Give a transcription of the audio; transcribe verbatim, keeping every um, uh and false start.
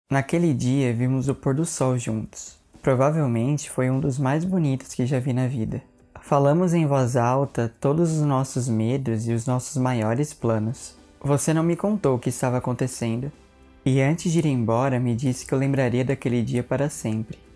Naquele dia vimos o pôr do sol juntos. Provavelmente foi um dos mais bonitos que já vi na vida. Falamos em voz alta todos os nossos medos e os nossos maiores planos. Você não me contou o que estava acontecendo. E antes de ir embora me disse que eu lembraria daquele dia para sempre.